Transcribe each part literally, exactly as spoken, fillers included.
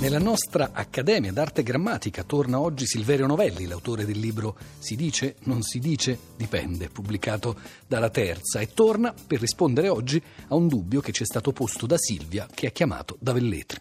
Nella nostra Accademia d'Arte Grammatica torna oggi Silverio Novelli, l'autore del libro Si dice, non si dice, dipende, pubblicato dalla Terza, e torna per rispondere oggi a un dubbio che ci è stato posto da Silvia, che ha chiamato da Velletri.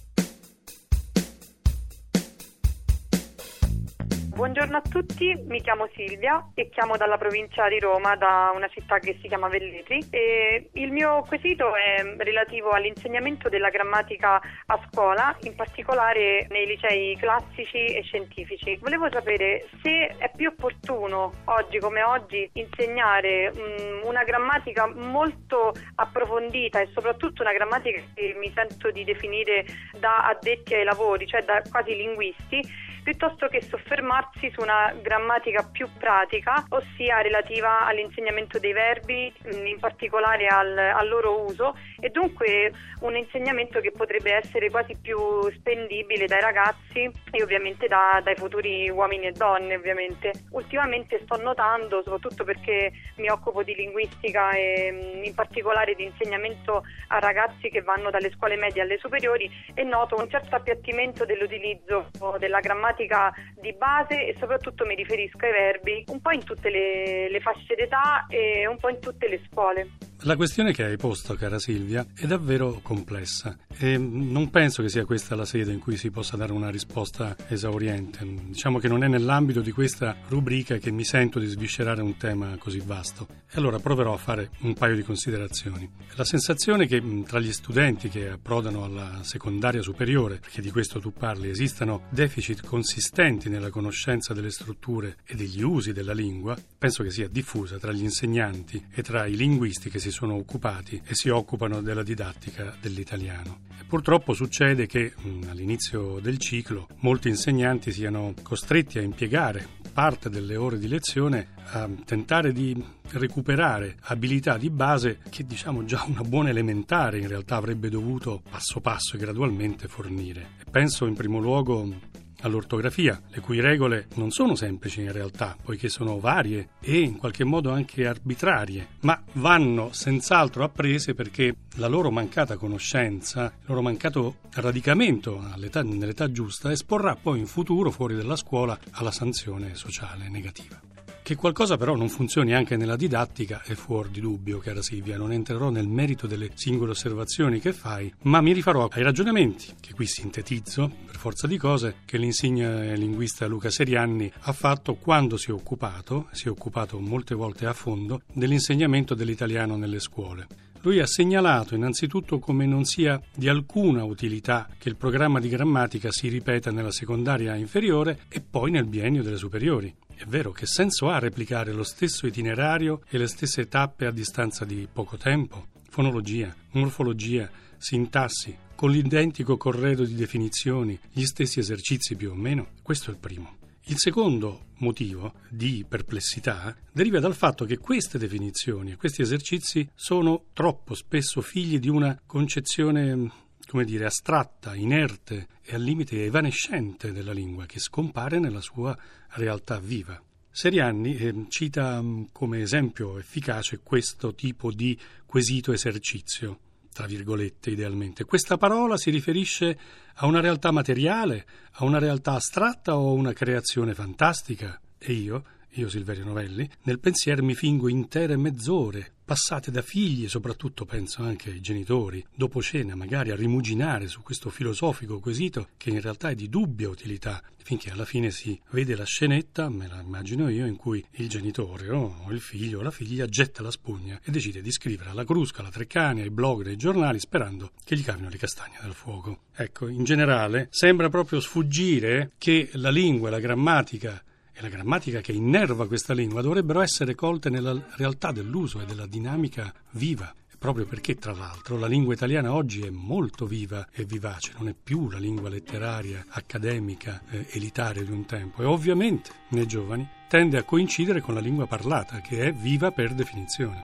Buongiorno a tutti, mi chiamo Silvia e chiamo dalla provincia di Roma, da una città che si chiama Velletri, e il mio quesito è relativo all'insegnamento della grammatica a scuola, in particolare nei licei classici e scientifici. Volevo sapere se è più opportuno oggi come oggi insegnare um, una grammatica molto approfondita e soprattutto una grammatica che mi sento di definire da addetti ai lavori, cioè da quasi linguisti, piuttosto che soffermarsi su una grammatica più pratica, ossia relativa all'insegnamento dei verbi, in particolare al, al loro uso, e dunque un insegnamento che potrebbe essere quasi più spendibile dai ragazzi e ovviamente da, dai futuri uomini e donne. Ovviamente ultimamente sto notando, soprattutto perché mi occupo di linguistica e in particolare di insegnamento a ragazzi che vanno dalle scuole medie alle superiori, e noto un certo appiattimento dell'utilizzo della grammatica di base, e soprattutto mi riferisco ai verbi un po' in tutte le, le fasce d'età e un po' in tutte le scuole. La questione che hai posto, cara Silvia, è davvero complessa e non penso che sia questa la sede in cui si possa dare una risposta esauriente. Diciamo che non è nell'ambito di questa rubrica che mi sento di sviscerare un tema così vasto. E allora proverò a fare un paio di considerazioni. La sensazione che tra gli studenti che approdano alla secondaria superiore, perché di questo tu parli, esistano deficit consistenti nella conoscenza delle strutture e degli usi della lingua, penso che sia diffusa tra gli insegnanti e tra i linguisti che si sono occupati e si occupano della didattica dell'italiano. E purtroppo succede che mh, all'inizio del ciclo molti insegnanti siano costretti a impiegare parte delle ore di lezione a tentare di recuperare abilità di base che, diciamo, già una buona elementare in realtà avrebbe dovuto passo passo e gradualmente fornire. E penso in primo luogo all'ortografia, le cui regole non sono semplici in realtà, poiché sono varie e in qualche modo anche arbitrarie, ma vanno senz'altro apprese perché la loro mancata conoscenza, il loro mancato radicamento all'età, nell'età giusta, esporrà poi in futuro fuori dalla scuola alla sanzione sociale negativa. Che qualcosa però non funzioni anche nella didattica è fuori di dubbio, cara Silvia. Non entrerò nel merito delle singole osservazioni che fai, ma mi rifarò ai ragionamenti, che qui sintetizzo, per forza di cose, che l'insigne linguista Luca Serianni ha fatto quando si è occupato, si è occupato molte volte a fondo, dell'insegnamento dell'italiano nelle scuole. Lui ha segnalato innanzitutto come non sia di alcuna utilità che il programma di grammatica si ripeta nella secondaria inferiore e poi nel biennio delle superiori. È vero, che senso ha replicare lo stesso itinerario e le stesse tappe a distanza di poco tempo? Fonologia, morfologia, sintassi, con l'identico corredo di definizioni, gli stessi esercizi più o meno? Questo è il primo. Il secondo motivo di perplessità deriva dal fatto che queste definizioni e questi esercizi sono troppo spesso figli di una concezione, come dire, astratta, inerte e al limite evanescente della lingua, che scompare nella sua realtà viva. Serianni eh, cita mh, come esempio efficace questo tipo di quesito esercizio, tra virgolette idealmente. Questa parola si riferisce a una realtà materiale, a una realtà astratta o a una creazione fantastica? E io, io Silverio Novelli, nel pensiero mi fingo intere mezz'ore, passate da figli e soprattutto penso anche ai genitori, dopo cena magari a rimuginare su questo filosofico quesito che in realtà è di dubbia utilità, finché alla fine si vede la scenetta, me la immagino io, in cui il genitore o il figlio o la figlia getta la spugna e decide di scrivere alla Crusca, alla Treccani, ai blog dei giornali sperando che gli cavino le castagne dal fuoco. Ecco, in generale sembra proprio sfuggire che la lingua e la grammatica e la grammatica che innerva questa lingua dovrebbero essere colte nella realtà dell'uso e della dinamica viva. Proprio perché, tra l'altro, la lingua italiana oggi è molto viva e vivace, non è più la lingua letteraria, accademica, eh, elitaria di un tempo, e ovviamente nei giovani tende a coincidere con la lingua parlata, che è viva per definizione.